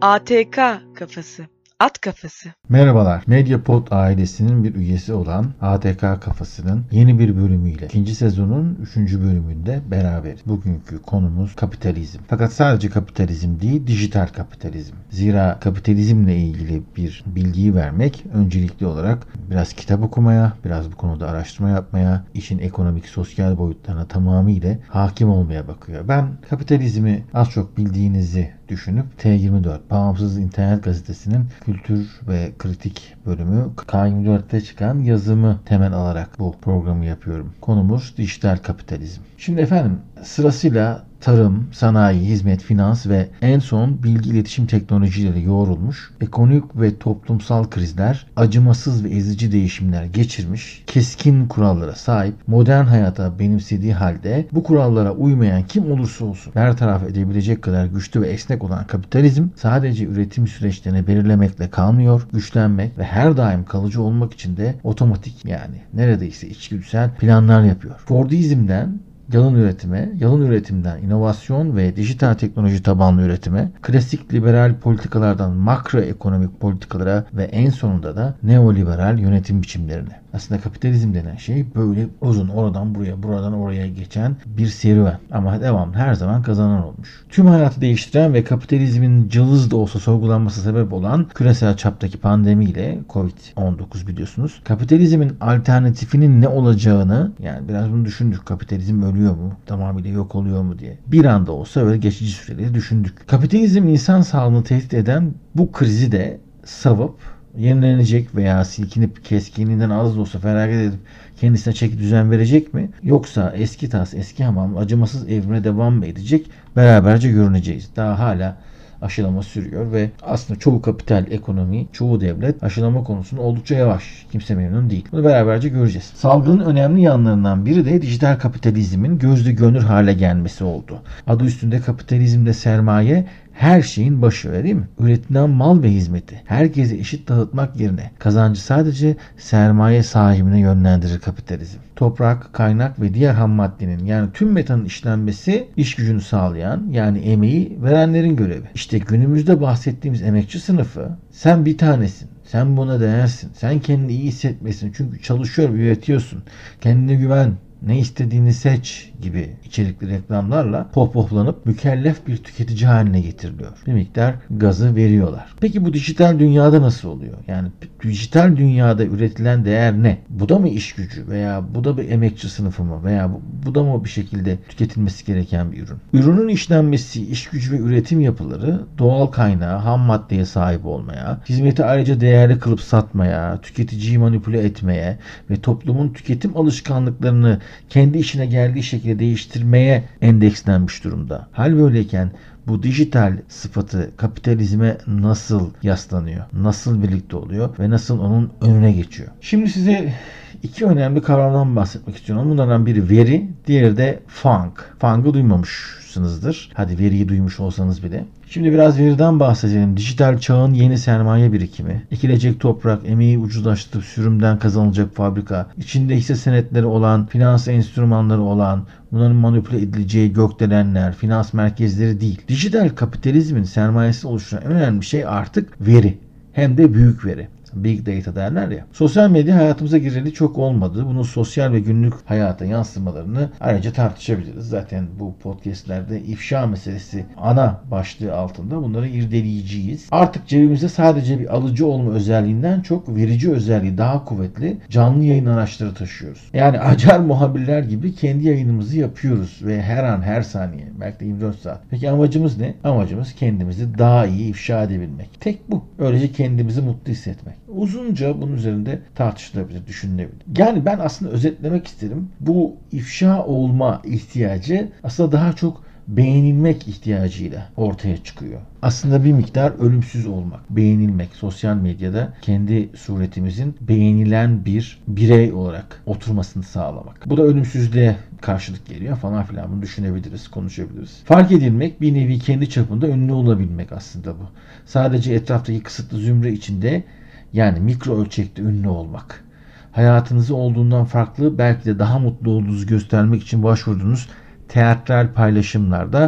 ATK kafası. At kafası. Merhabalar. Medyapod ailesinin bir üyesi olan ATK kafasının yeni bir bölümüyle 2. sezonun 3. bölümünde beraberiz. Bugünkü konumuz kapitalizm. Fakat sadece kapitalizm değil, dijital kapitalizm. Zira kapitalizmle ilgili bir bilgiyi vermek öncelikli olarak biraz kitap okumaya, biraz bu konuda araştırma yapmaya, işin ekonomik, sosyal boyutlarına tamamıyla hakim olmaya bakıyor. Ben kapitalizmi az çok bildiğinizi düşünüp T24 Bağımsız İnternet Gazetesi'nin kültür ve kritik bölümü K24'te çıkan yazımı temel alarak bu programı yapıyorum. Konumuz dijital kapitalizm. Şimdi efendim sırasıyla tarım, sanayi, hizmet, finans ve en son bilgi iletişim teknolojileri yoğrulmuş, ekonomik ve toplumsal krizler, acımasız ve ezici değişimler geçirmiş, keskin kurallara sahip, modern hayata benimsediği halde bu kurallara uymayan kim olursa olsun bertaraf edebilecek kadar güçlü ve esnek olan kapitalizm sadece üretim süreçlerini belirlemekle kalmıyor, güçlenmek ve her daim kalıcı olmak için de otomatik yani neredeyse içgüdüsel planlar yapıyor. Fordizm'den yalın üretime, yalın üretimden inovasyon ve dijital teknoloji tabanlı üretime, klasik liberal politikalardan makroekonomik politikalara ve en sonunda da neoliberal yönetim biçimlerine. Aslında kapitalizm denen şey böyle uzun oradan buraya, buradan oraya geçen bir serüven. Ama devam her zaman kazanan olmuş. Tüm hayatı değiştiren ve kapitalizmin cılız da olsa sorgulanması sebep olan küresel çaptaki pandemiyle Covid-19 biliyorsunuz. Kapitalizmin alternatifinin ne olacağını yani biraz bunu düşündük. Kapitalizm ölüyor mu? Tamamıyla yok oluyor mu diye. Bir anda olsa öyle geçici süreli düşündük. Kapitalizm insan sağlığını tehdit eden bu krizi de savup yenilenecek veya silkinip keskinliğinden az da olsa feragat edip kendisine çeki düzen verecek mi? Yoksa eski tas eski hamam acımasız evrime devam mı edecek? Beraberce görüneceğiz. Daha hala aşılama sürüyor ve aslında çoğu kapital ekonomi, çoğu devlet aşılama konusunda oldukça yavaş. Kimse memnun değil. Bunu beraberce göreceğiz. Salgının önemli yanlarından biri de dijital kapitalizmin gözle görünür hale gelmesi oldu. Adı üstünde kapitalizmde sermaye her şeyin başı öyle değil mi? Üretilen mal ve hizmeti herkese eşit dağıtmak yerine kazancı sadece sermaye sahibine yönlendirir kapitalizm. Toprak, kaynak ve diğer ham maddenin yani tüm metanın işlenmesi iş gücünü sağlayan yani emeği verenlerin görevi. İşte günümüzde bahsettiğimiz emekçi sınıfı sen bir tanesin. Sen buna değersin. Sen kendini iyi hissetmesin. Çünkü çalışıyor ve üretiyorsun. Kendine güven. Ne istediğini seç gibi içerikli reklamlarla pohpohlanıp mükellef bir tüketici haline getiriliyor. Bir miktar gazı veriyorlar. Peki bu dijital dünyada nasıl oluyor? Yani dijital dünyada üretilen değer ne? Bu da mı iş gücü veya bu da bir emekçi sınıfı mı veya bu da mı bir şekilde tüketilmesi gereken bir ürün? Ürünün işlenmesi, iş gücü ve üretim yapıları doğal kaynağa, ham maddeye sahip olmaya, hizmeti ayrıca değerli kılıp satmaya, tüketiciyi manipüle etmeye ve toplumun tüketim alışkanlıklarını kendi işine geldiği şekilde değiştirmeye endekslenmiş durumda. Hal böyleyken bu dijital sıfatı kapitalizme nasıl yaslanıyor? Nasıl birlikte oluyor? Ve nasıl onun önüne geçiyor? Şimdi size iki önemli kavramdan bahsetmek istiyorum. Bunlardan biri veri, diğeri de funk. Funk'ı duymamışsınızdır. Hadi veriyi duymuş olsanız bile. Şimdi biraz veriden bahsedelim. Dijital çağın yeni sermaye birikimi, ekilecek toprak, emeği ucuzlaştırıp sürümden kazanılacak fabrika, içinde hisse senetleri olan, finans enstrümanları olan, bunların manipüle edileceği gökdelenler, finans merkezleri değil. Dijital kapitalizmin sermayesi oluşturan en önemli şey artık veri. Hem de büyük veri. Big data derler ya. Sosyal medya hayatımıza gireli çok olmadı. Bunun sosyal ve günlük hayata yansımalarını ayrıca tartışabiliriz. Zaten bu podcastlerde ifşa meselesi ana başlığı altında bunları irdeleyeceğiz. Artık cebimizde sadece bir alıcı olma özelliğinden çok verici özelliği daha kuvvetli canlı yayın araçları taşıyoruz. Yani acar muhabirler gibi kendi yayınımızı yapıyoruz ve her an her saniye belki de 24 saat. Peki amacımız ne? Amacımız kendimizi daha iyi ifşa edebilmek. Tek bu. Öylece kendimizi mutlu hissetmek. Uzunca bunun üzerinde tartışılabilir, düşünülebilir. Yani ben aslında özetlemek isterim. Bu ifşa olma ihtiyacı aslında daha çok beğenilmek ihtiyacıyla ortaya çıkıyor. Aslında bir miktar ölümsüz olmak, beğenilmek, sosyal medyada kendi suretimizin beğenilen bir birey olarak oturmasını sağlamak. Bu da ölümsüzlüğe karşılık geliyor falan filan. Bunu düşünebiliriz, konuşabiliriz. Fark edilmek, bir nevi kendi çapında ünlü olabilmek aslında bu. Sadece etraftaki kısıtlı zümre içinde yani mikro ölçekte ünlü olmak. Hayatınızı olduğundan farklı, belki de daha mutlu olduğunuzu göstermek için başvurduğunuz teatral paylaşımlarda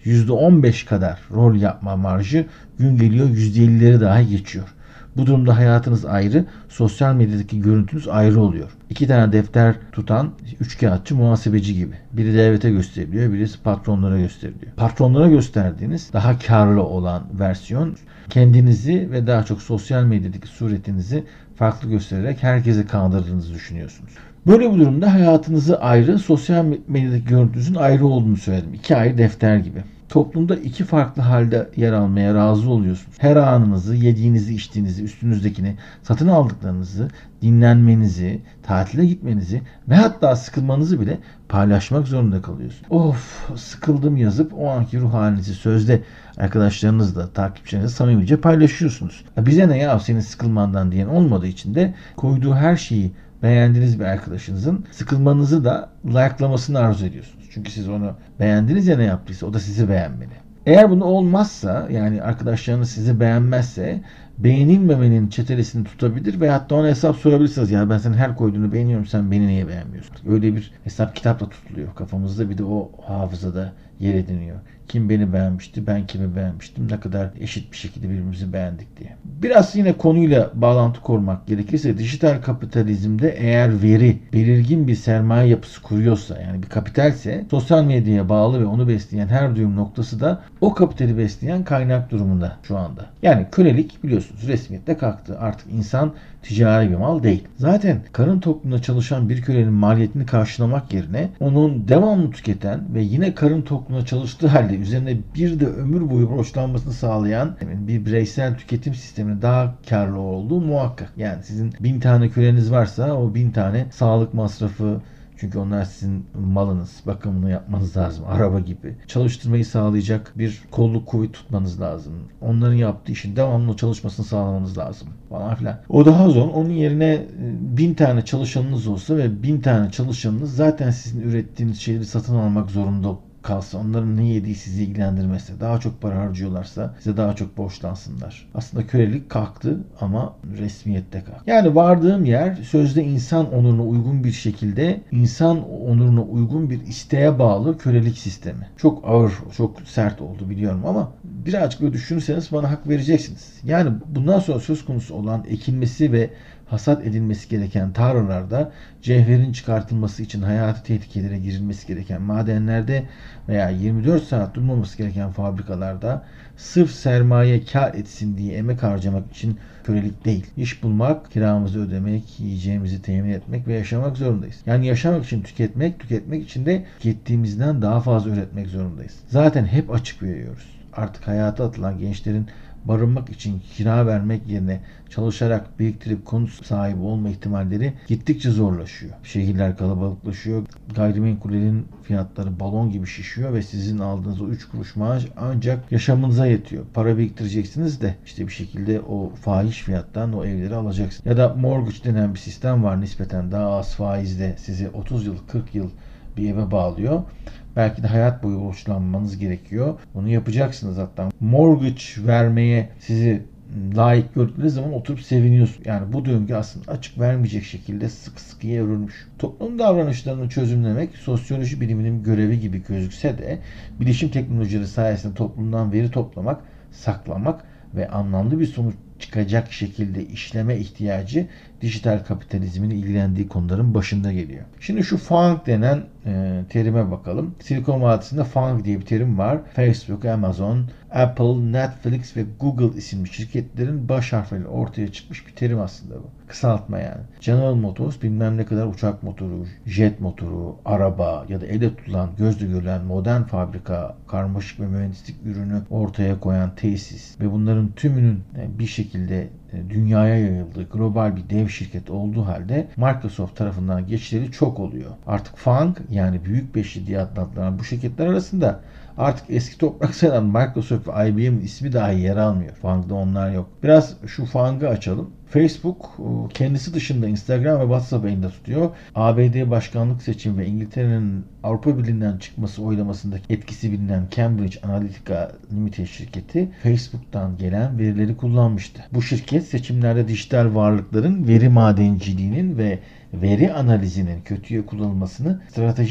%15 kadar rol yapma marjı gün geliyor %50'leri dahi geçiyor. Bu durumda hayatınız ayrı, sosyal medyadaki görüntünüz ayrı oluyor. 2 tane defter tutan üçkağıtçı muhasebeci gibi. Biri devlete gösteriliyor, birisi patronlara gösteriliyor. Patronlara gösterdiğiniz daha karlı olan versiyon kendinizi ve daha çok sosyal medyadaki suretinizi farklı göstererek herkese kandırdığınızı düşünüyorsunuz. Böyle bir durumda hayatınızı ayrı, sosyal medyadaki görüntünüzün ayrı olduğunu söyledim. 2 ayrı defter gibi. Toplumda 2 farklı halde yer almaya razı oluyorsunuz. Her anınızı, yediğinizi, içtiğinizi, üstünüzdekini, satın aldıklarınızı, dinlenmenizi, tatile gitmenizi ve hatta sıkılmanızı bile paylaşmak zorunda kalıyorsunuz. Of, sıkıldım yazıp o anki ruh halinizi sözde arkadaşlarınızla, takipçilerinizle samimice paylaşıyorsunuz. Bize ne ya senin sıkılmandan diyen olmadığı için de koyduğu her şeyi beğendiğiniz bir arkadaşınızın sıkılmanızı da like'lamasını arzu ediyorsunuz. Çünkü siz onu beğendiniz ya ne yaptıysa o da sizi beğenmeli. Eğer bunu olmazsa yani arkadaşlarınız sizi beğenmezse beğenilmemenin çetelesini tutabilir ve hatta ona hesap sorabilirsiniz. Ya ben senin her koyduğunu beğeniyorum sen beni niye beğenmiyorsun? Öyle bir hesap kitapla tutuluyor kafamızda bir de o hafızada yer ediniyor. Kim beni beğenmişti, ben kimi beğenmiştim, ne kadar eşit bir şekilde birbirimizi beğendik diye. Biraz yine konuyla bağlantı kurmak gerekirse dijital kapitalizmde eğer veri belirgin bir sermaye yapısı kuruyorsa yani bir kapitalse sosyal medyaya bağlı ve onu besleyen her düğüm noktası da o kapitali besleyen kaynak durumunda şu anda. Yani kölelik biliyorsunuz resmiyette kalktı. Artık insan ticari bir mal değil. Zaten karın toplumunda çalışan bir kölenin maliyetini karşılamak yerine onun devamlı tüketen ve yine karın toplumunda çalıştığı halde üzerine bir de ömür boyu borçlanmasını sağlayan bir bireysel tüketim sisteminin daha karlı olduğu muhakkak. Yani sizin 1000 tane köleniz varsa o 1000 tane sağlık masrafı, çünkü onlar sizin malınız. Bakımını yapmanız lazım. Araba gibi. Çalıştırmayı sağlayacak bir kolluk kuvvet tutmanız lazım. Onların yaptığı işin devamlı çalışmasını sağlamanız lazım. Falan filan. O daha zor. Onun yerine 1000 tane çalışanınız olsa ve 1000 tane çalışanınız zaten sizin ürettiğiniz şeyleri satın almak zorunda kalsa, onların ne yediği sizi ilgilendirmezse, daha çok para harcıyorlarsa size daha çok borçlansınlar. Aslında kölelik kalktı ama resmiyette kalktı. Yani vardığım yer sözde insan onuruna uygun bir şekilde insan onuruna uygun bir isteğe bağlı kölelik sistemi. Çok ağır, çok sert oldu biliyorum ama birazcık böyle düşünürseniz bana hak vereceksiniz. Yani bundan sonra söz konusu olan ekilmesi ve hasat edilmesi gereken tarlalarda, cevherin çıkartılması için hayati tehlikelere girilmesi gereken madenlerde veya 24 saat durmaması gereken fabrikalarda sırf sermaye kar etsin diye emek harcamak için kölelik değil. İş bulmak, kiramızı ödemek, yiyeceğimizi temin etmek ve yaşamak zorundayız. Yani yaşamak için tüketmek için de tükettiğimizden daha fazla üretmek zorundayız. Zaten hep açık veriyoruz. Artık hayata atılan gençlerin barınmak için kira vermek yerine çalışarak biriktirip konut sahibi olma ihtimalleri gittikçe zorlaşıyor. Şehirler kalabalıklaşıyor. Gayrimenkullerin fiyatları balon gibi şişiyor ve sizin aldığınız o 3 kuruş maaş ancak yaşamınıza yetiyor. Para biriktireceksiniz de işte bir şekilde o fahiş fiyattan o evleri alacaksınız. Ya da mortgage denen bir sistem var nispeten daha az faizle sizi 30 yıl 40 yıl bir eve bağlıyor. Belki de hayat boyu borçlanmanız gerekiyor. Bunu yapacaksınız hatta. Mortgage vermeye sizi layık gördükleri zaman oturup seviniyorsun. Yani bu döngü aslında açık vermeyecek şekilde sıkı sıkıya örülmüş. Toplum davranışlarını çözümlemek sosyoloji biliminin görevi gibi gözükse de bilişim teknolojileri sayesinde toplumdan veri toplamak, saklamak ve anlamlı bir sonuç çıkacak şekilde işleme ihtiyacı dijital kapitalizmin ilgilendiği konuların başında geliyor. Şimdi şu FAANG denen terime bakalım. Silikon Vadisi'nde FAANG diye bir terim var. Facebook, Amazon, Apple, Netflix ve Google isimli şirketlerin baş harfleriyle ortaya çıkmış bir terim aslında bu. Kısaltma yani. General Motors bilmem ne kadar uçak motoru, jet motoru, araba ya da elle tutulan, gözle görülen modern fabrika, karmaşık ve mühendislik ürünü ortaya koyan tesis ve bunların tümünün bir şekilde dünyaya yayıldığı global bir dev şirket olduğu halde Microsoft tarafından geçişleri çok oluyor. Artık FAANG yani büyük beşli diye adlandırılan bu şirketler arasında artık eski toprak sayılan Microsoft ve IBM'in ismi dahi yer almıyor. FAANG'da onlar yok. Biraz şu FAANG'ı açalım. Facebook kendisi dışında Instagram ve WhatsApp elinde tutuyor. ABD başkanlık seçimi ve İngiltere'nin Avrupa Birliği'nden çıkması oylamasındaki etkisi bilinen Cambridge Analytica Limited şirketi Facebook'tan gelen verileri kullanmıştı. Bu şirket seçimlerde dijital varlıkların veri madenciliğinin ve veri analizinin kötüye kullanılmasını stratejik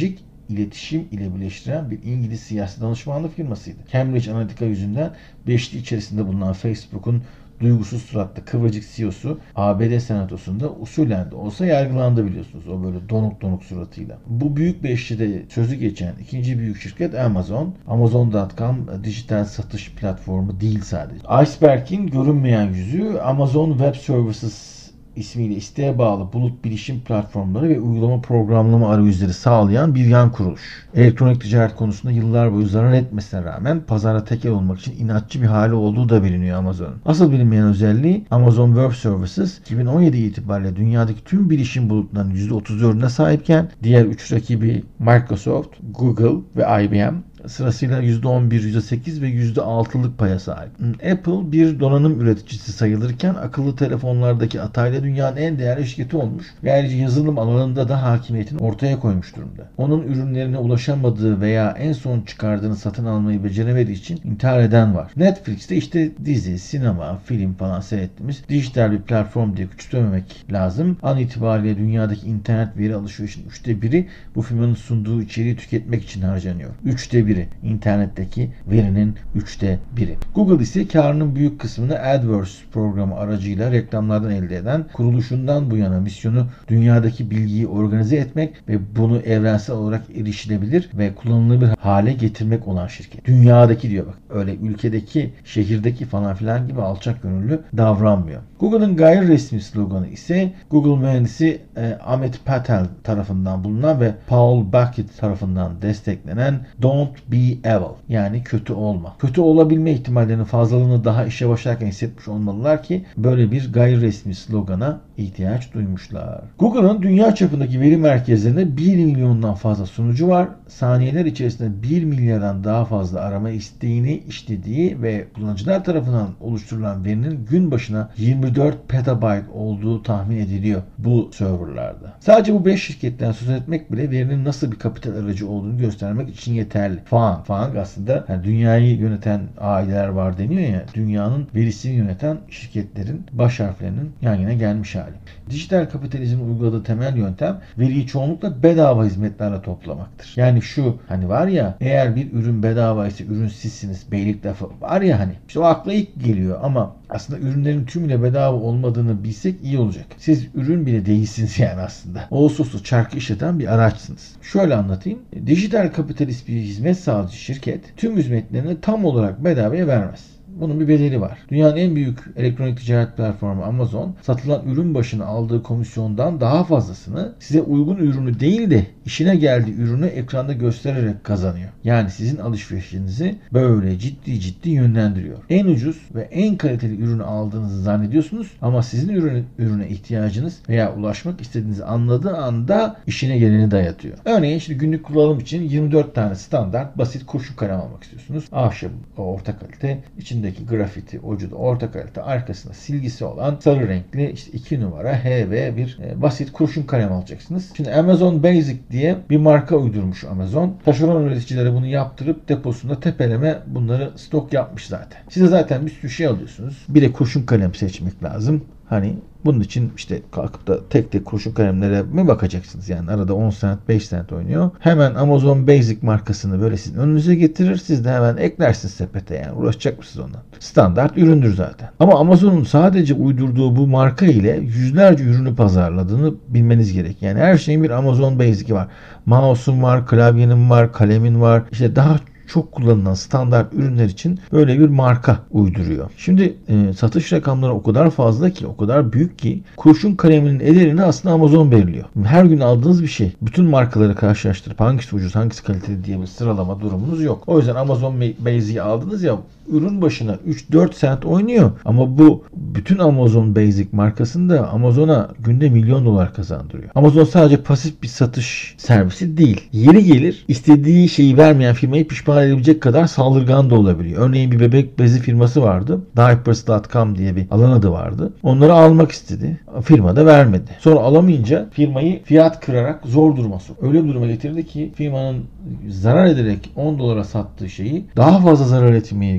iletişim ile birleştiren bir İngiliz siyasi danışmanlık firmasıydı. Cambridge Analytica yüzünden Beşli içerisinde bulunan Facebook'un duygusuz suratlı kıvırcık CEO'su ABD Senatosu'nda usulen de olsa yargılandı biliyorsunuz. O böyle donuk donuk suratıyla. Bu büyük beşlide sözü geçen ikinci büyük şirket Amazon. Amazon.com dijital satış platformu değil sadece. Iceberg'in görünmeyen yüzü Amazon Web Services ismiyle isteğe bağlı bulut bilişim platformları ve uygulama programlama arayüzleri sağlayan bir yan kuruluş. Elektronik ticaret konusunda yıllar boyu zarar etmesine rağmen pazara tekel olmak için inatçı bir hali olduğu da biliniyor Amazon'un. Asıl bilinmeyen özelliği Amazon Web Services 2017 itibariyle dünyadaki tüm bilişim bulutlarının %34'üne sahipken diğer 3 rakibi Microsoft, Google ve IBM sırasıyla %11, %8 ve %6'lık paya sahip. Apple bir donanım üreticisi sayılırken akıllı telefonlardaki atayla dünyanın en değerli şirketi olmuş ve ayrıca yazılım alanında da hakimiyetini ortaya koymuş durumda. Onun ürünlerine ulaşamadığı veya en son çıkardığını satın almayı beceremediği için intihar eden var. Netflix'te işte dizi, sinema, film falan seyrettiğimiz dijital bir platform diye küçümsememek lazım. An itibariyle dünyadaki internet veri alışverişinin 1/3'ü bu firmanın sunduğu içeriği tüketmek için harcanıyor. 1/3 internetteki verinin 1/3. Google ise karının büyük kısmını AdWords programı aracıyla reklamlardan elde eden, kuruluşundan bu yana misyonu dünyadaki bilgiyi organize etmek ve bunu evrensel olarak erişilebilir ve kullanılabilir hale getirmek olan şirket. Dünyadaki diyor bak. Öyle ülkedeki, şehirdeki falan filan gibi alçak gönüllü davranmıyor. Google'ın gayri resmi sloganı ise Google mühendisi Amit Patel tarafından bulunan ve Paul Bucket tarafından desteklenen Don't be evil, yani kötü olma. Kötü olabilme ihtimallerinin fazlalığını daha işe başlarken hissetmiş olmalılar ki böyle bir gayri resmi slogana ihtiyaç duymuşlar. Google'ın dünya çapındaki veri merkezlerinde 1 milyondan fazla sunucu var. Saniyeler içerisinde 1 milyardan daha fazla arama isteğini işlediği ve kullanıcılar tarafından oluşturulan verinin gün başına 24 petabyte olduğu tahmin ediliyor bu serverlarda. Sadece bu 5 şirketten söz etmek bile verinin nasıl bir kapital aracı olduğunu göstermek için yeterli. Fang aslında yani dünyayı yöneten aileler var deniyor ya, dünyanın verisini yöneten şirketlerin baş harflerinin yan yana gelmiş hali. Dijital kapitalizmin uyguladığı temel yöntem veriyi çoğunlukla bedava hizmetlerle toplamaktır. Yani şu hani var ya, eğer bir ürün bedava ise ürün sizsiniz beylik lafı var ya, hani işte o akla ilk geliyor ama aslında ürünlerin tümüyle bedava olmadığını bilsek iyi olacak. Siz ürün bile değilsiniz yani aslında. Ağustos'ta çarkı işleten bir araçsınız. Şöyle anlatayım. Dijital kapitalist bir hizmet sağlayıcı şirket tüm hizmetlerini tam olarak bedavaya vermez. Bunun bir bedeli var. Dünyanın en büyük elektronik ticaret platformu Amazon, satılan ürün başına aldığı komisyondan daha fazlasını size uygun ürünü değil de işine geldiği ürünü ekranda göstererek kazanıyor. Yani sizin alışverişinizi böyle ciddi yönlendiriyor. En ucuz ve en kaliteli ürünü aldığınızı zannediyorsunuz ama sizin ürüne ihtiyacınız veya ulaşmak istediğinizi anladığı anda işine geleni dayatıyor. Örneğin şimdi günlük kullanım için 24 tane standart basit kurşun kalem almak istiyorsunuz. Ahşap orta kalite, içinde grafiti ucu da orta kalite, arkasında silgisi olan sarı renkli işte 2 numara HV bir basit kurşun kalem alacaksınız. Şimdi Amazon Basic diye bir marka uydurmuş Amazon. Taşeron üreticilere bunu yaptırıp deposunda tepeleme bunları stok yapmış zaten. Size zaten bir sürü şey alıyorsunuz. Bir de kurşun kalem seçmek lazım. Hani bunun için işte kalkıp da tek kurşun kalemlere mi bakacaksınız? Yani arada 10 cent 5 cent oynuyor. Hemen Amazon Basic markasını böyle sizin önünüze getirir. Siz de hemen eklersiniz sepete, yani uğraşacak mısınız ondan? Standart üründür zaten. Ama Amazon'un sadece uydurduğu bu marka ile yüzlerce ürünü pazarladığını bilmeniz gerek. Yani her şeyin bir Amazon Basic'i var. Mouse'un var, klavyenin var, kalemin var. İşte daha çok kullanılan standart ürünler için böyle bir marka uyduruyor. Şimdi satış rakamları o kadar fazla ki, o kadar büyük ki kurşun kaleminin ederini aslında Amazon belirliyor. Her gün aldığınız bir şey. Bütün markaları karşılaştırıp hangisi ucuz, hangisi kaliteli diye bir sıralama durumunuz yok. O yüzden Amazon Basic'i aldınız ya, ürün başına 3-4 cent oynuyor. Ama bu bütün Amazon Basic markasında Amazon'a günde milyon dolar kazandırıyor. Amazon sadece pasif bir satış servisi değil. Yeri gelir istediği şeyi vermeyen firmayı pişman edebilecek kadar saldırgan da olabiliyor. Örneğin bir bebek bezi firması vardı. Diapers.com diye bir alan adı vardı. Onları almak istedi. Firma da vermedi. Sonra alamayınca firmayı fiyat kırarak zor duruma soktu. Öyle bir duruma getirdi ki firmanın zarar ederek $10 sattığı şeyi daha fazla zarar etmeyi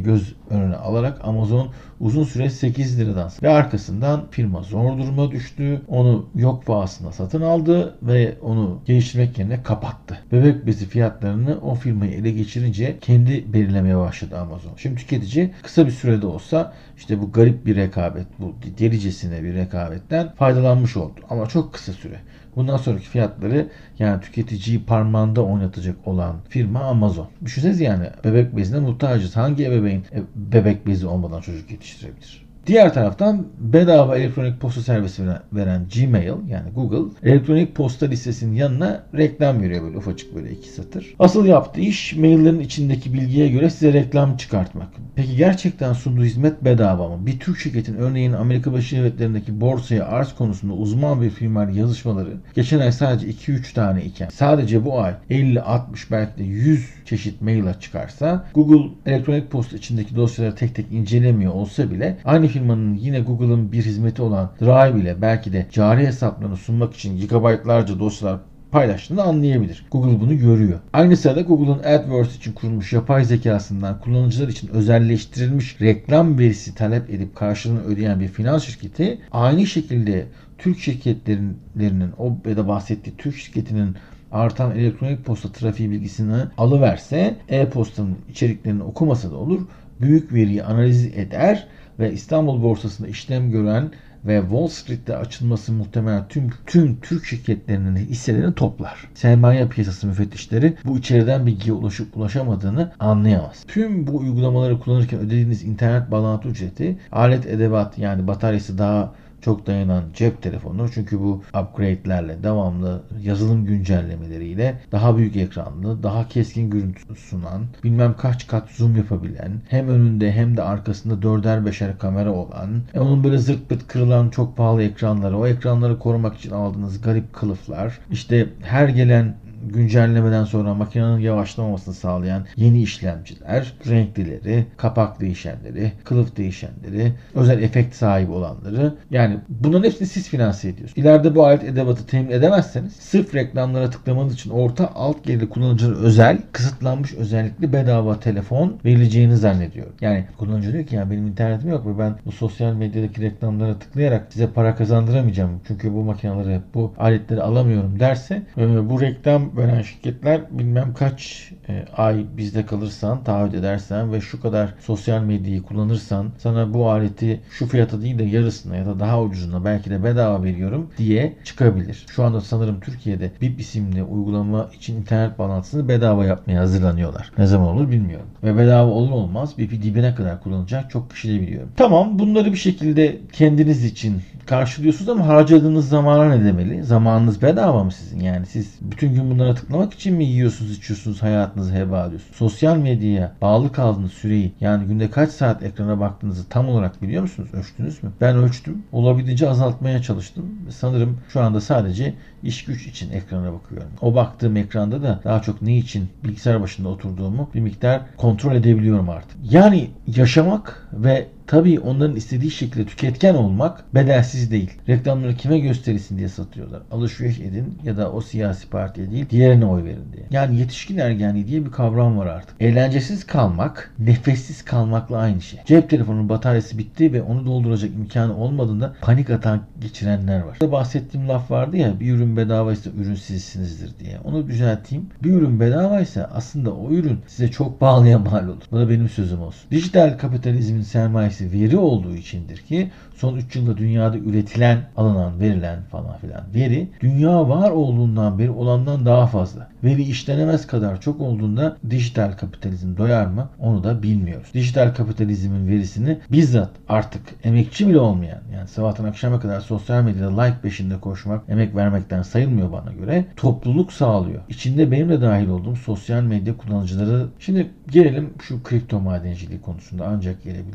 önüne alarak Amazon uzun süre 8 liradan ve arkasından firma zor duruma düştü. Onu yok pahasına satın aldı ve onu geliştirmek yerine kapattı. Bebek bezi fiyatlarını o firmayı ele geçirince kendi belirlemeye başladı Amazon. Şimdi tüketici kısa bir sürede olsa işte bu garip bir rekabet, bu delicesine bir rekabetten faydalanmış oldu. Ama çok kısa süre. Bundan sonraki fiyatları yani tüketiciyi parmağında oynatacak olan firma Amazon. Düşünsenize yani bebek bezine muhtacız. Hangi ebeveyn bebek bezi olmadan çocuk yetiştirebilir? Diğer taraftan bedava elektronik posta servisi veren Gmail yani Google elektronik posta listesinin yanına reklam veriyor böyle ufacık böyle 2 satır. Asıl yaptığı iş maillerin içindeki bilgiye göre size reklam çıkartmak. Peki gerçekten sunduğu hizmet bedava mı? Bir Türk şirketin örneğin Amerika Birleşik Devletleri'ndeki borsaya arz konusunda uzman bir firmayla yazışmaları geçen ay sadece 2-3 tane iken sadece bu ay 50-60 belki de 100 çeşit mail çıkarsa Google elektronik posta içindeki dosyaları tek tek incelemiyor olsa bile aynı firmanın yine Google'ın bir hizmeti olan Drive ile belki de cari hesaplarını sunmak için gigabaytlarca dosyalar paylaştığını anlayabilir. Google bunu görüyor. Aynı sırada Google'ın AdWords için kurulmuş yapay zekasından kullanıcılar için özelleştirilmiş reklam verisi talep edip karşılığını ödeyen bir finans şirketi aynı şekilde Türk şirketlerinin o ya da bahsettiği Türk şirketinin artan elektronik posta trafiği bilgisini alıverse e-postanın içeriklerini okumasa da olur. Büyük veriyi analiz eder ve İstanbul borsasında işlem gören ve Wall Street'te açılması muhtemelen tüm Türk şirketlerinin hisselerini toplar. Sermaye piyasası müfettişleri bu içeriden bilgiye ulaşamadığını anlayamaz. Tüm bu uygulamaları kullanırken ödediğiniz internet bağlantı ücreti, alet edevat yani bataryası daha çok dayanan cep telefonu çünkü bu upgrade'lerle devamlı yazılım güncellemeleriyle daha büyük ekranlı, daha keskin görüntü sunan, bilmem kaç kat zoom yapabilen, hem önünde hem de arkasında 4'er 5'er kamera olan, onun böyle zırt pırt kırılan çok pahalı ekranları, o ekranları korumak için aldığınız garip kılıflar, işte her gelen güncellemeden sonra makinenin yavaşlamamasını sağlayan yeni işlemciler, renklileri, kapak değişenleri, kılıf değişenleri, özel efekt sahibi olanları yani bunların hepsini siz finanse ediyorsunuz. İleride bu alet edevatı temin edemezseniz sırf reklamlara tıklamanız için orta alt gelirli kullanıcılara özel, kısıtlanmış özellikle bedava telefon verileceğini zannediyorum. Yani kullanıcı diyor ki ya benim internetim yok ve ben bu sosyal medyadaki reklamlara tıklayarak size para kazandıramayacağım. Çünkü bu makineleri, bu aletleri alamıyorum derse bu reklam veren şirketler bilmem kaç ay bizde kalırsan, taahhüt edersen ve şu kadar sosyal medyayı kullanırsan sana bu aleti şu fiyata değil de yarısına ya da daha ucuzuna belki de bedava veriyorum diye çıkabilir. Şu anda sanırım Türkiye'de BIP isimli uygulama için internet bağlantısını bedava yapmaya hazırlanıyorlar. Ne zaman olur bilmiyorum. Ve bedava olur olmaz BIP'i dibine kadar kullanacak çok kişi de biliyorum. Tamam bunları bir şekilde kendiniz için karşılıyorsunuz ama harcadığınız zamana ne demeli? Zamanınız bedava mı sizin? Yani siz bütün gün bunlara tıklamak için mi yiyorsunuz, içiyorsunuz, hayatınızı heba ediyorsunuz? Sosyal medyaya bağlı kaldığınız süreyi yani günde kaç saat ekrana baktığınızı tam olarak biliyor musunuz? Ölçtünüz mü? Ben ölçtüm. Olabildiğince azaltmaya çalıştım. Sanırım şu anda sadece iş güç için ekrana bakıyorum. O baktığım ekranda da daha çok ne için bilgisayar başında oturduğumu bir miktar kontrol edebiliyorum artık. Yani yaşamak ve tabii onların istediği şekilde tüketken olmak bedelsiz değil. Reklamları kime gösterilsin diye satıyorlar. Alışveriş edin ya da o siyasi partiye değil diğerine oy verin diye. Yani yetişkin ergenliği diye bir kavram var artık. Eğlencesiz kalmak, nefessiz kalmakla aynı şey. Cep telefonunun bataryası bitti ve onu dolduracak imkanı olmadığında panik atak geçirenler var. Burada bahsettiğim laf vardı ya bir ürün bedavaysa ürün sizsinizdir diye. Onu düzelteyim. Bir ürün bedavaysa aslında o ürün size çok pahalıya mal olur. Bu da benim sözüm olsun. Dijital kapitalizmin sermayesi veri olduğu içindir ki son 3 yılda dünyada üretilen, alınan, verilen falan filan veri dünya var olduğundan beri olandan daha fazla. Veri işlenemez kadar çok olduğunda dijital kapitalizm doyar mı? Onu da bilmiyoruz. Dijital kapitalizmin verisini bizzat artık emekçi bile olmayan yani sabahtan akşama kadar sosyal medyada like peşinde koşmak emek vermekten sayılmıyor bana göre. Topluluk sağlıyor. İçinde benim de dahil olduğum sosyal medya kullanıcıları. Şimdi gelelim şu kripto madenciliği konusunda ancak gelebildik. 6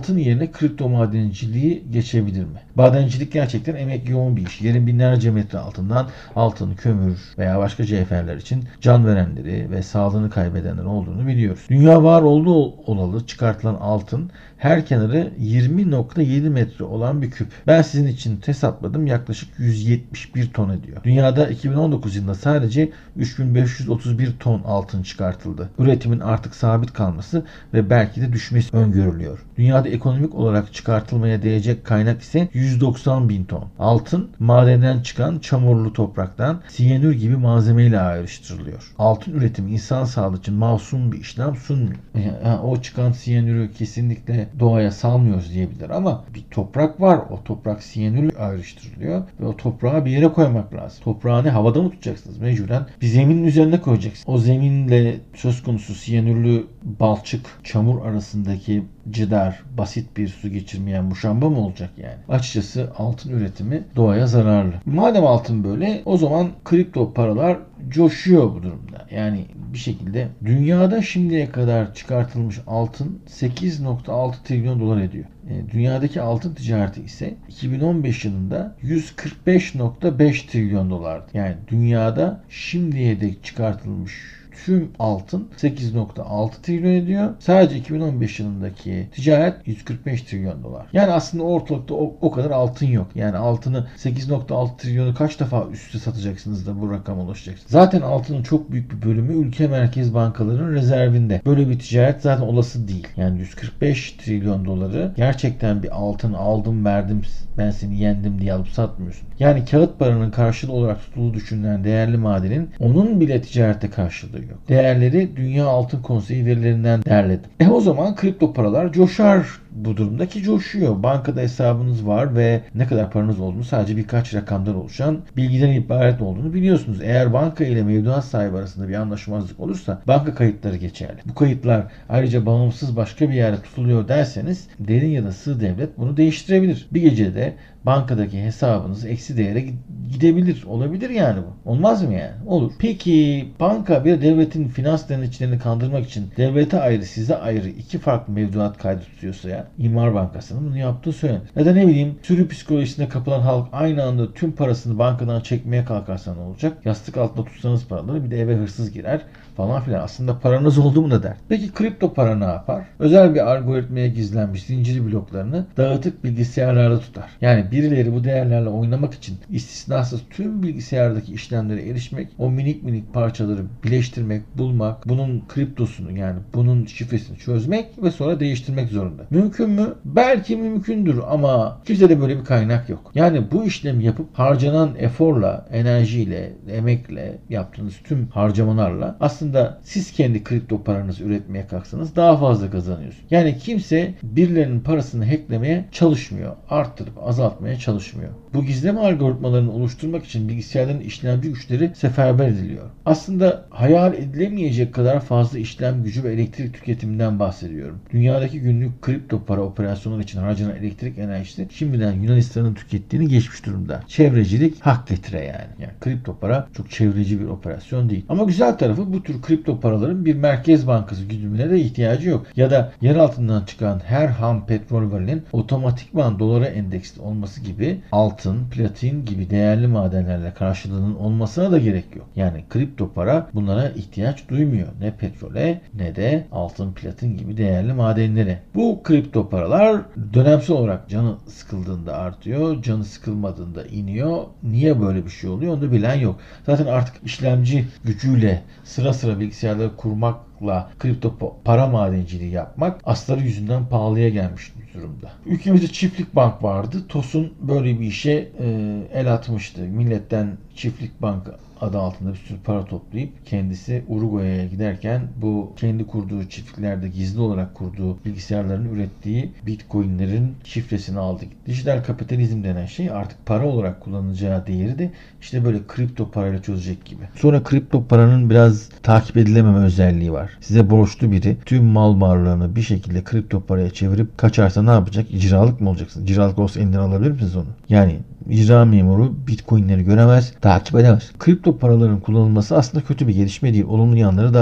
altın yerine kripto madenciliği geçebilir mi? Madencilik gerçekten emek yoğun bir iş. Yerin binlerce metre altından altın, kömür veya başka cevherler için can verenleri ve sağlığını kaybedenler olduğunu biliyoruz. Dünya var olduğu olalı çıkartılan altın her kenarı 20.7 metre olan bir küp. Ben sizin için hesapladım, yaklaşık 171 ton ediyor. Dünyada 2019 yılında sadece 3531 ton altın çıkartıldı. Üretimin artık sabit kalması ve belki de düşmesi öngörülüyor. Dünyada ekonomik olarak çıkartılmaya değecek kaynak ise 190 bin ton. Altın madenden çıkan çamurlu topraktan siyanür gibi malzemeyle ayrıştırılıyor. Altın üretimi insan sağlığı için masum bir işlem sunmuyor. O çıkan siyanürü kesinlikle doğaya salmıyoruz diyebilir ama bir toprak var. O toprak siyanürle ayrıştırılıyor ve o toprağı bir yere koymak lazım. Toprağı ne, havada mı tutacaksınız? Mecburen bir zeminin üzerine koyacaksınız. O zeminle söz konusu siyanürlü balçık, çamur arasındaki cidar, basit bir su geçirmeyen muşamba mı olacak yani? Açıkçası altın üretimi doğaya zararlı. Madem altın böyle, o zaman kripto paralar coşuyor bu durumda. Yani bir şekilde dünyada şimdiye kadar çıkartılmış altın 8.6 trilyon dolar ediyor. Dünyadaki altın ticareti ise 2015 yılında 145.5 trilyon dolardı. Yani dünyada şimdiye dek çıkartılmış tüm altın 8.6 trilyon ediyor. Sadece 2015 yılındaki ticaret 145 trilyon dolar. Yani aslında ortalıkta o kadar altın yok. Yani altını 8.6 trilyonu kaç defa üste satacaksınız da bu rakama ulaşacaksınız. Zaten altının çok büyük bir bölümü ülke merkez bankalarının rezervinde. Böyle bir ticaret zaten olası değil. Yani 145 trilyon doları gerçekten bir altın aldım verdim ben seni yendim diye alıp satmıyorsun. Yani kağıt paranın karşılığı olarak tutulduğu düşünülen değerli madenin onun bile ticarette karşılığı yok. Değerleri Dünya Altın Konseyi verilerinden derledim. O zaman kripto paralar coşar bu durumda ki coşuyor. Bankada hesabınız var ve ne kadar paranız olduğunu sadece birkaç rakamdan oluşan bilgiden ibaret olduğunu biliyorsunuz. Eğer banka ile mevduat sahibi arasında bir anlaşmazlık olursa banka kayıtları geçerli. Bu kayıtlar ayrıca bağımsız başka bir yerde tutuluyor derseniz derin ya da sığ devlet bunu değiştirebilir. Bir gecede bankadaki hesabınız eksi değere gidebilir. Olabilir yani bu. Olmaz mı yani? Olur. Peki banka bir devletin finans denetçilerini kandırmak için devlete ayrı size ayrı iki farklı mevduat kaydı tutuyorsa ya İmar Bankası'nın bunu yaptığı söylenir. Ya da ne bileyim sürü psikolojisine kapılan halk aynı anda tüm parasını bankadan çekmeye kalkarsa ne olacak? Yastık altında tutsanız paraları bir de eve hırsız girer falan filan. Aslında paranız oldu mu da der. Peki kripto para ne yapar? Özel bir algoritmaya gizlenmiş zinciri bloklarını dağıtık bilgisayarlarda tutar. Yani birileri bu değerlerle oynamak için istisnasız tüm bilgisayardaki işlemlere erişmek, o minik minik parçaları birleştirmek, bulmak, bunun kriptosunu yani bunun şifresini çözmek ve sonra değiştirmek zorunda. Mümkün mü? Belki mümkündür ama kimsede böyle bir kaynak yok. Yani bu işlemi yapıp harcanan eforla, enerjiyle, emekle yaptığınız tüm harcamalarla aslında siz kendi kripto paranızı üretmeye kalksanız daha fazla kazanıyorsunuz. Yani kimse birilerinin parasını hacklemeye çalışmıyor. Arttırıp azaltmaya çalışmıyor. Bu gizleme algoritmalarını oluşturmak için bilgisayarların işlemci güçleri seferber ediliyor. Aslında hayal edilemeyecek kadar fazla işlem gücü ve elektrik tüketiminden bahsediyorum. Dünyadaki günlük kripto para operasyonları için harcanan elektrik enerjisi şimdiden Yunanistan'ın tükettiğini geçmiş durumda. Çevrecilik hak getire yani. Yani kripto para çok çevreci bir operasyon değil. Ama güzel tarafı bu tür kripto paraların bir merkez bankası güdümüne de ihtiyacı yok. Ya da yer altından çıkan her ham petrol varilinin otomatikman dolara endeksli olması gibi altın, platin gibi değerli madenlerle karşılığının olmasına da gerek yok. Yani kripto para bunlara ihtiyaç duymuyor. Ne petrole ne de altın, platin gibi değerli madenlere. Bu kripto paralar dönemsel olarak canı sıkıldığında artıyor, canı sıkılmadığında iniyor. Niye böyle bir şey oluyor onu bilen yok. Zaten artık işlemci gücüyle sıra sıra bilgisayarları kurmakla kripto para madenciliği yapmak asları yüzünden pahalıya gelmiş durumda. Ülkemizde Çiftlik Bank vardı. TOS'un böyle bir işe el atmıştı. Milletten Çiftlik Bank adı altında bir sürü para toplayıp kendisi Uruguay'a giderken bu kendi kurduğu çiftliklerde gizli olarak kurduğu bilgisayarların ürettiği Bitcoin'lerin şifresini aldı. Dijital kapitalizm denen şey artık para olarak kullanacağı değeri de işte böyle kripto parayla çözecek gibi. Sonra kripto paranın biraz takip edilememe özelliği var. Size borçlu biri tüm mal varlığını bir şekilde kripto paraya çevirip kaçarsa ne yapacak? İcralık mı olacaksın? İcralık olsa elinden alabilir misiniz onu? Yani icra memuru Bitcoin'leri göremez, takip edemez. Kripto paraların kullanılması aslında kötü bir gelişme değil. Olumlu yanları daha çok.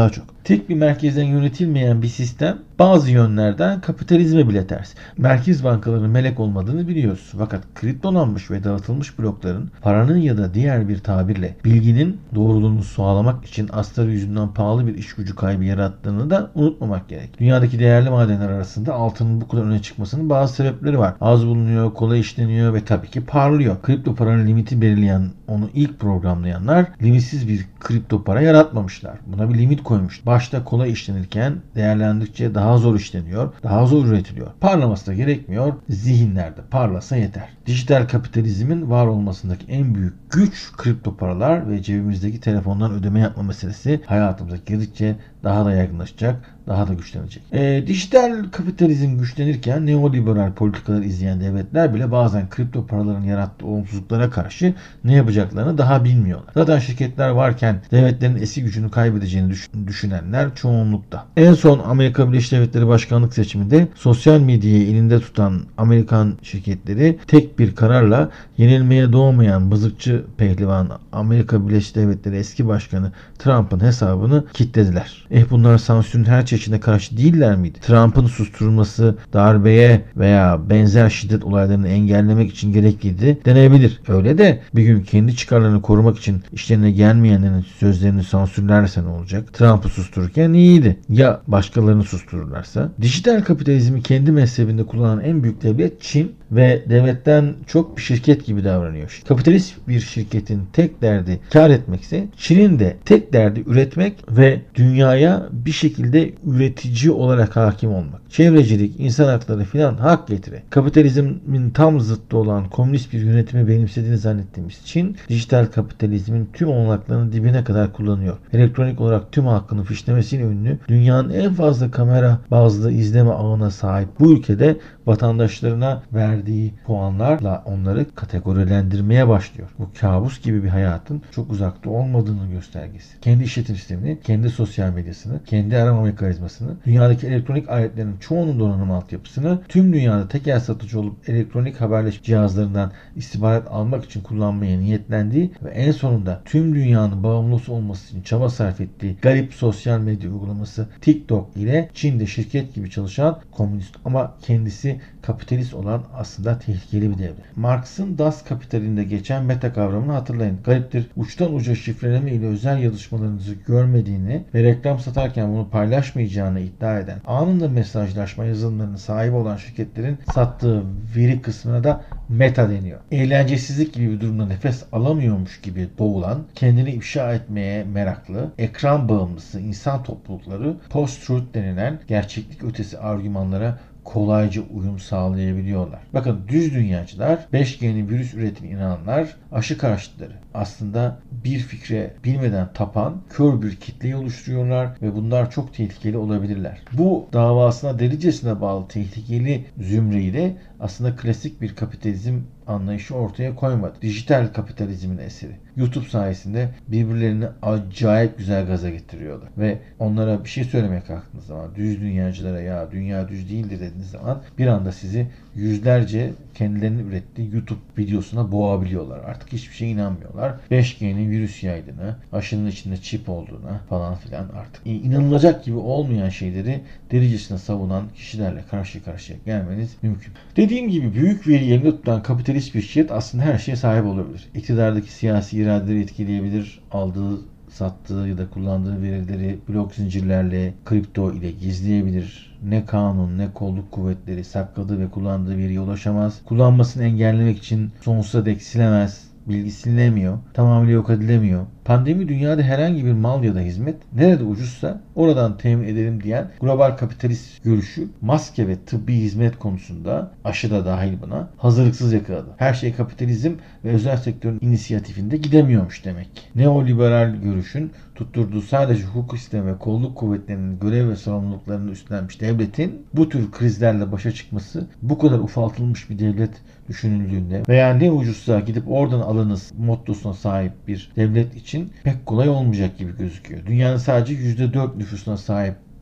Tek bir merkezden yönetilmeyen bir sistem bazı yönlerden kapitalizme bile ters. Merkez bankalarının melek olmadığını biliyoruz. Fakat kriptolanmış ve dağıtılmış blokların paranın ya da diğer bir tabirle bilginin doğruluğunu sağlamak için astarı yüzünden pahalı bir iş gücü kaybı yarattığını da unutmamak gerek. Dünyadaki değerli madenler arasında altının bu kadar öne çıkmasının bazı sebepleri var. Az bulunuyor, kolay işleniyor ve tabii ki parlıyor. Kripto paranın limiti belirleyen, onu ilk programlayanlar limitsiz bir kripto para yaratmamışlar. Buna bir limit koymuş. Başta kolay işlenirken değerlendikçe daha zor işleniyor, daha zor üretiliyor. Parlaması da gerekmiyor. Zihinlerde parlasa yeter. Dijital kapitalizmin var olmasındaki en büyük güç kripto paralar ve cebimizdeki telefondan ödeme yapma meselesi hayatımıza girdikçe daha da yaygınlaşacak, daha da güçlenecek. Dijital kapitalizm güçlenirken neoliberal politikalar izleyen devletler bile bazen kripto paraların yarattığı olumsuzluklara karşı ne yapacaklarını daha bilmiyorlar. Zaten şirketler varken devletlerin eski gücünü kaybedeceğini düşünenler çoğunlukta. En son Amerika Birleşik Devletleri başkanlık seçiminde sosyal medyayı elinde tutan Amerikan şirketleri tek bir kararla yenilmeye doğmayan mızıkçı pehlivan Amerika Birleşik Devletleri eski başkanı Trump'ın hesabını kilitlediler. Bunlar sansürün her çeşidine karşı değiller miydi? Trump'ın susturulması darbeye veya benzer şiddet olaylarını engellemek için gerekliydi denebilir. Öyle de bir gün kendi çıkarlarını korumak için işlerine gelmeyenlerin sözlerini sansürlerse ne olacak? Trump'ı sustururken iyiydi. Ya başkalarını sustururlarsa? Dijital kapitalizmi kendi mezhebinde kullanan en büyük devlet Çin ve devletten çok bir şirket gibi davranıyor. Kapitalist bir şirketin tek derdi kar etmekse Çin'in de tek derdi üretmek ve dünyaya bir şekilde üretici olarak hakim olmak. Çevrecilik, insan hakları filan hak getire. Kapitalizmin tam zıttı olan komünist bir yönetimi benimsediğini zannettiğimiz Çin, dijital kapitalizmin tüm olanaklarını dibine kadar kullanıyor. Elektronik olarak tüm hakkını fişlemesiyle ünlü, dünyanın en fazla kamera bazlı izleme ağına sahip bu ülkede vatandaşlarına verdiği puanlarla onları kategorilendirmeye başlıyor. Bu kabus gibi bir hayatın çok uzakta olmadığının göstergesi. Kendi işletim sistemini, kendi sosyal medyasını, kendi arama mekanizmasını, dünyadaki elektronik aletlerin çoğunun donanım altyapısını tüm dünyada tekel satıcı olup elektronik haberleşme cihazlarından istihbarat almak için kullanmaya niyetlendiği ve en sonunda tüm dünyanın bağımlısı olması için çaba sarf ettiği garip sosyal medya uygulaması TikTok ile Çin'de şirket gibi çalışan komünist ama kendisi kapitalist olan aslında tehlikeli bir devlet. Marx'ın Das Kapital'inde geçen meta kavramını hatırlayın. Gariptir, uçtan uca şifreleme ile özel yazışmalarınızı görmediğini ve reklam satarken bunu paylaşmayacağını iddia eden, anında mesajlaşma yazılımlarının sahibi olan şirketlerin sattığı veri kısmına da meta deniyor. Eğlencesizlik gibi bir durumda nefes alamıyormuş gibi boğulan, kendini ifşa etmeye meraklı, ekran bağımlısı insan toplulukları post-truth denilen gerçeklik ötesi argümanlara kolayca uyum sağlayabiliyorlar. Bakın düz dünyacılar, 5G'nin virüs üretimine inananlar, aşı karşıtları aslında bir fikre bilmeden tapan kör bir kitleyi oluşturuyorlar ve bunlar çok tehlikeli olabilirler. Bu davasına delicesine bağlı tehlikeli zümreyi de aslında klasik bir kapitalizm anlayışı ortaya koymadı. Dijital kapitalizmin eseri. YouTube sayesinde birbirlerini acayip güzel gaza getiriyorlar. Ve onlara bir şey söylemeye kalktığınız zaman, düz dünyacılara ya dünya düz değildir dediğiniz zaman bir anda sizi yüzlerce kendilerinin ürettiği YouTube videosuna boğabiliyorlar. Artık hiçbir şeye inanmıyorlar. 5G'nin virüs yaydığına, aşının içinde çip olduğuna falan filan artık inanılacak gibi olmayan şeyleri delicesine savunan kişilerle karşı karşıya gelmeniz mümkün. Dediğim gibi büyük veri elinde tutan kapitalist bir şirket aslında her şeye sahip olabilir. İktidardaki siyasi iradeleri etkileyebilir, aldığı, sattığı ya da kullandığı verileri blok zincirlerle, kripto ile gizleyebilir. Ne kanun ne kolluk kuvvetleri sakladığı ve kullandığı veriye ulaşamaz. Kullanmasını engellemek için sonsuza dek silemez. Bilgi silinemiyor. Tamamıyla yok edilemiyor. Pandemi dünyada herhangi bir mal ya da hizmet nerede ucuzsa oradan temin edelim diyen global kapitalist görüşü maske ve tıbbi hizmet konusunda aşı da dahil buna hazırlıksız yakaladı. Her şey kapitalizm ve özel sektörün inisiyatifinde gidemiyormuş demek. Neoliberal görüşün tutturduğu sadece hukuk sistemi ve kolluk kuvvetlerinin görev ve sorumluluklarını üstlenmiş devletin bu tür krizlerle başa çıkması bu kadar ufaltılmış bir devlet düşünüldüğünde veya ne ucuzsa gidip oradan alınız mottosuna sahip bir devlet için pek kolay olmayacak gibi gözüküyor. Dünyanın sadece %4 nüfusuna sahip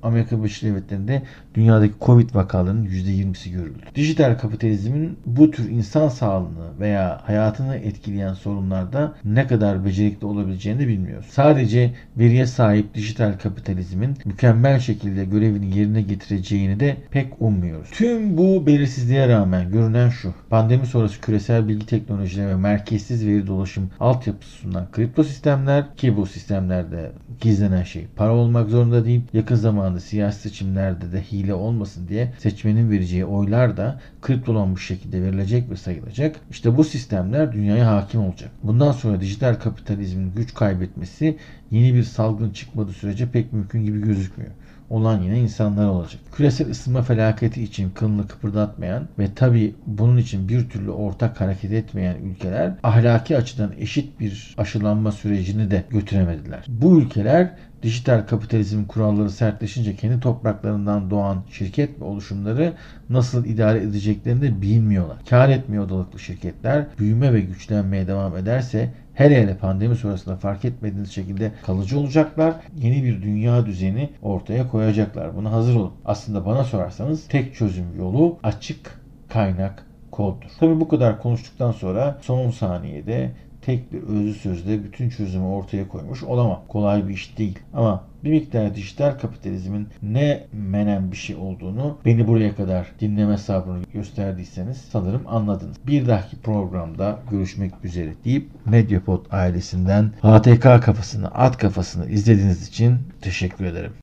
Amerika Birleşik Devletleri'nde dünyadaki Covid vakalarının %20'si görüldü. Dijital kapitalizmin bu tür insan sağlığını veya hayatını etkileyen sorunlarda ne kadar becerikli olabileceğini de bilmiyoruz. Sadece veriye sahip dijital kapitalizmin mükemmel şekilde görevini yerine getireceğini de pek ummuyoruz. Tüm bu belirsizliğe rağmen görünen şu: pandemi sonrası küresel bilgi teknolojileri ve merkezsiz veri dolaşım altyapısı sunulan kripto sistemler, ki bu sistemlerde gizlenen şey para olmak zorunda değil, yakın zamanda siyasi seçimlerde de hile olmasın diye seçmenin vereceği oylar da kriptolanmış şekilde verilecek ve sayılacak. İşte bu sistemler dünyaya hakim olacak. Bundan sonra dijital kapitalizmin güç kaybetmesi yeni bir salgın çıkmadığı sürece pek mümkün gibi gözükmüyor. Olan yine insanlar olacak. Küresel ısınma felaketi için kılını kıpırdatmayan ve tabii bunun için bir türlü ortak hareket etmeyen ülkeler ahlaki açıdan eşit bir aşılanma sürecini de götüremediler. Bu ülkeler dijital kapitalizmin kuralları sertleşince kendi topraklarından doğan şirket ve oluşumları nasıl idare edeceklerini de bilmiyorlar. Kar etmiyor odalıklı şirketler büyüme ve güçlenmeye devam ederse hele pandemi sonrasında fark etmediğiniz şekilde kalıcı olacaklar. Yeni bir dünya düzeni ortaya koyacaklar. Buna hazır olun. Aslında bana sorarsanız tek çözüm yolu açık kaynak koddur. Tabii bu kadar konuştuktan sonra son saniyede tek bir özlü sözle bütün çözümü ortaya koymuş olamam. Kolay bir iş değil. Ama bir miktar dijital kapitalizmin ne menen bir şey olduğunu beni buraya kadar dinleme sabrını gösterdiyseniz sanırım anladınız. Bir dahaki programda görüşmek üzere deyip Mediapod ailesinden HTK kafasını, at kafasını izlediğiniz için teşekkür ederim.